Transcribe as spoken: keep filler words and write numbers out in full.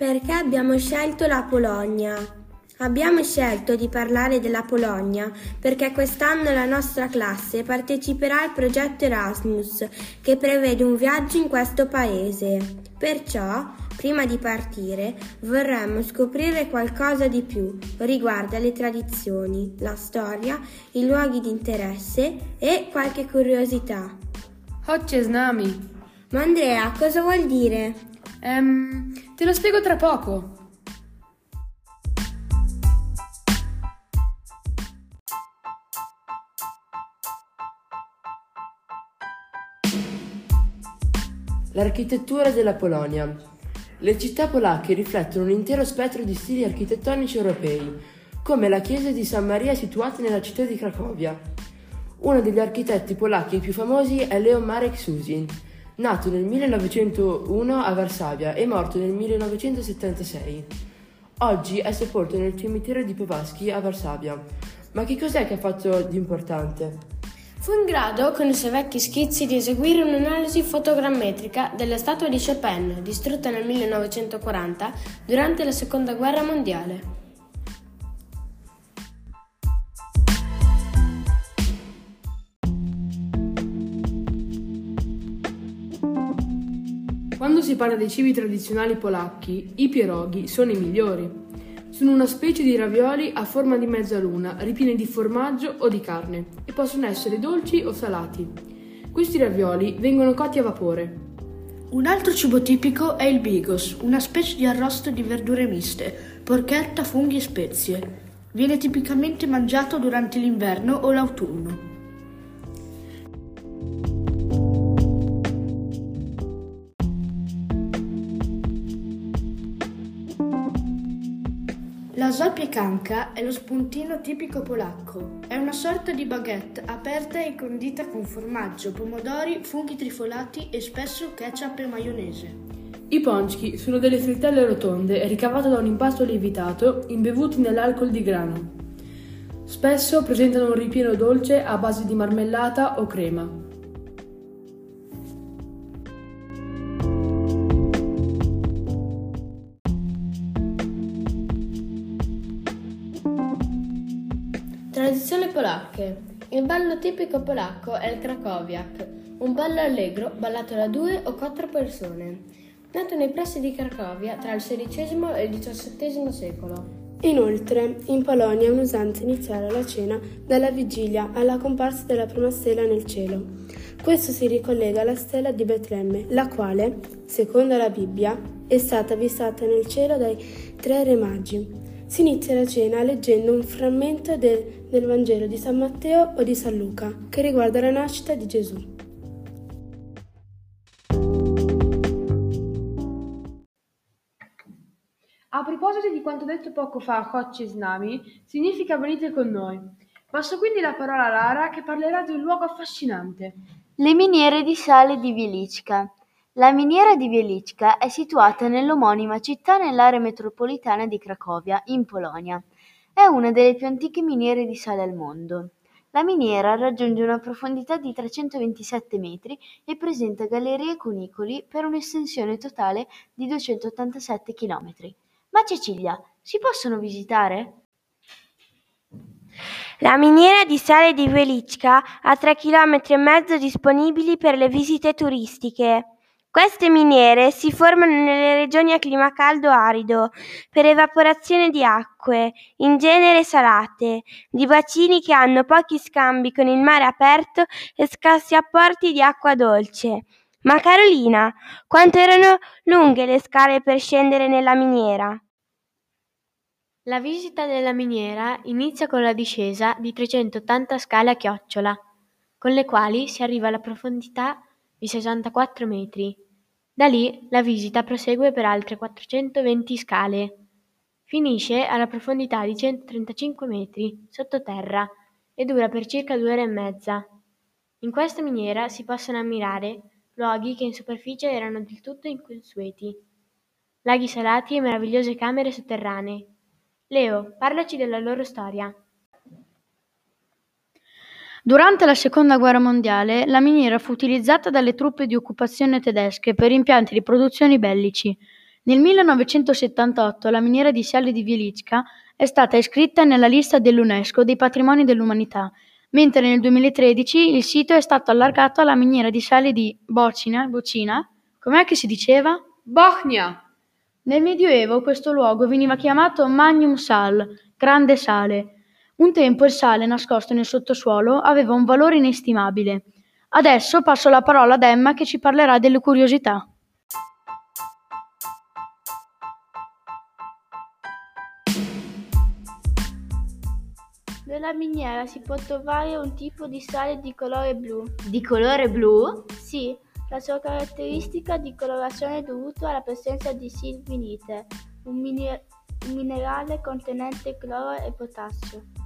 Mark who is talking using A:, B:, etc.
A: Perché abbiamo scelto la Polonia? Abbiamo scelto di parlare della Polonia perché quest'anno la nostra classe parteciperà al progetto Erasmus che prevede un viaggio in questo paese. Perciò, prima di partire, vorremmo scoprire qualcosa di più riguardo alle tradizioni, la storia, i luoghi di interesse e qualche curiosità.
B: Chodźcie z nami.
A: Ma Andrea, cosa vuol dire?
B: Ehm, te lo spiego tra poco.
C: L'architettura della Polonia. Le città polacche riflettono un intero spettro di stili architettonici europei, come la chiesa di San Maria situata nella città di Cracovia. Uno degli architetti polacchi più famosi è Leon Marek Susin, nato nel millenovecentouno a Varsavia e morto nel millenovecentosettantasei. Oggi è sepolto nel cimitero di Powązki a Varsavia. Ma che cos'è che ha fatto di importante?
D: Fu in grado, con i suoi vecchi schizzi, di eseguire un'analisi fotogrammetrica della statua di Chopin, distrutta nel millenovecentoquaranta durante la Seconda Guerra Mondiale.
B: Quando si parla dei cibi tradizionali polacchi, i pierogi sono i migliori. Sono una specie di ravioli a forma di mezzaluna, ripieni di formaggio o di carne, e possono essere dolci o salati. Questi ravioli vengono cotti a vapore.
E: Un altro cibo tipico è il bigos, una specie di arrosto di verdure miste, porchetta, funghi e spezie. Viene tipicamente mangiato durante l'inverno o l'autunno. La zapiekanka è lo spuntino tipico polacco. È una sorta di baguette aperta e condita con formaggio, pomodori, funghi trifolati e spesso ketchup e maionese.
B: I pączki sono delle frittelle rotonde ricavate da un impasto lievitato imbevuti nell'alcol di grano. Spesso presentano un ripieno dolce a base di marmellata o crema.
D: Tradizioni polacche. Il ballo tipico polacco è il krakowiak, un ballo allegro ballato da due o quattro persone, nato nei pressi di Cracovia tra il sedicesimo e il diciassettesimo secolo.
A: Inoltre, in Polonia è un'usanza iniziare la cena dalla vigilia alla comparsa della prima stella nel cielo. Questo si ricollega alla stella di Betlemme, la quale, secondo la Bibbia, è stata avvistata nel cielo dai tre re magi. Si inizia la cena leggendo un frammento del, del Vangelo di San Matteo o di San Luca, che riguarda la nascita di Gesù.
B: A proposito di quanto detto poco fa a Chodźcie z nami, significa venite con noi. Passo quindi la parola a Lara che parlerà di un luogo affascinante.
F: Le miniere di sale di Wieliczka. La miniera di Wieliczka è situata nell'omonima città nell'area metropolitana di Cracovia, in Polonia. È una delle più antiche miniere di sale al mondo. La miniera raggiunge una profondità di trecentoventisette metri e presenta gallerie e cunicoli per un'estensione totale di duecentottantasette chilometri. Ma Cecilia, si possono visitare?
A: La miniera di sale di Wieliczka ha tre chilometri e mezzo disponibili per le visite turistiche. Queste miniere si formano nelle regioni a clima caldo arido per evaporazione di acque, in genere salate, di bacini che hanno pochi scambi con il mare aperto e scarsi apporti di acqua dolce. Ma Carolina, quanto erano lunghe le scale per scendere nella miniera?
F: La visita della miniera inizia con la discesa di trecentottanta scale a chiocciola, con le quali si arriva alla profondità di sessantaquattro metri. Da lì la visita prosegue per altre quattrocentoventi scale. Finisce alla profondità di centotrentacinque metri sottoterra e dura per circa due ore e mezza. In questa miniera si possono ammirare luoghi che in superficie erano del tutto inconsueti, laghi salati e meravigliose camere sotterranee. Leo, parlaci della loro storia.
G: Durante la Seconda Guerra Mondiale, la miniera fu utilizzata dalle truppe di occupazione tedesche per impianti di produzione bellici. Nel millenovecentosettantotto la miniera di sale di Wieliczka è stata iscritta nella lista dell'UNESCO dei patrimoni dell'umanità, mentre nel duemilatredici il sito è stato allargato alla miniera di sale di Bocina, Bocina, com'è che si diceva?
B: Bochnia!
G: Nel Medioevo questo luogo veniva chiamato Magnum Sal, grande sale. Un tempo il sale nascosto nel sottosuolo aveva un valore inestimabile. Adesso passo la parola ad Emma che ci parlerà delle curiosità.
H: Nella miniera si può trovare un tipo di sale di colore blu.
F: Di colore blu?
H: Sì, la sua caratteristica di colorazione è dovuta alla presenza di silvinite, un, mine- un minerale contenente cloro e potassio.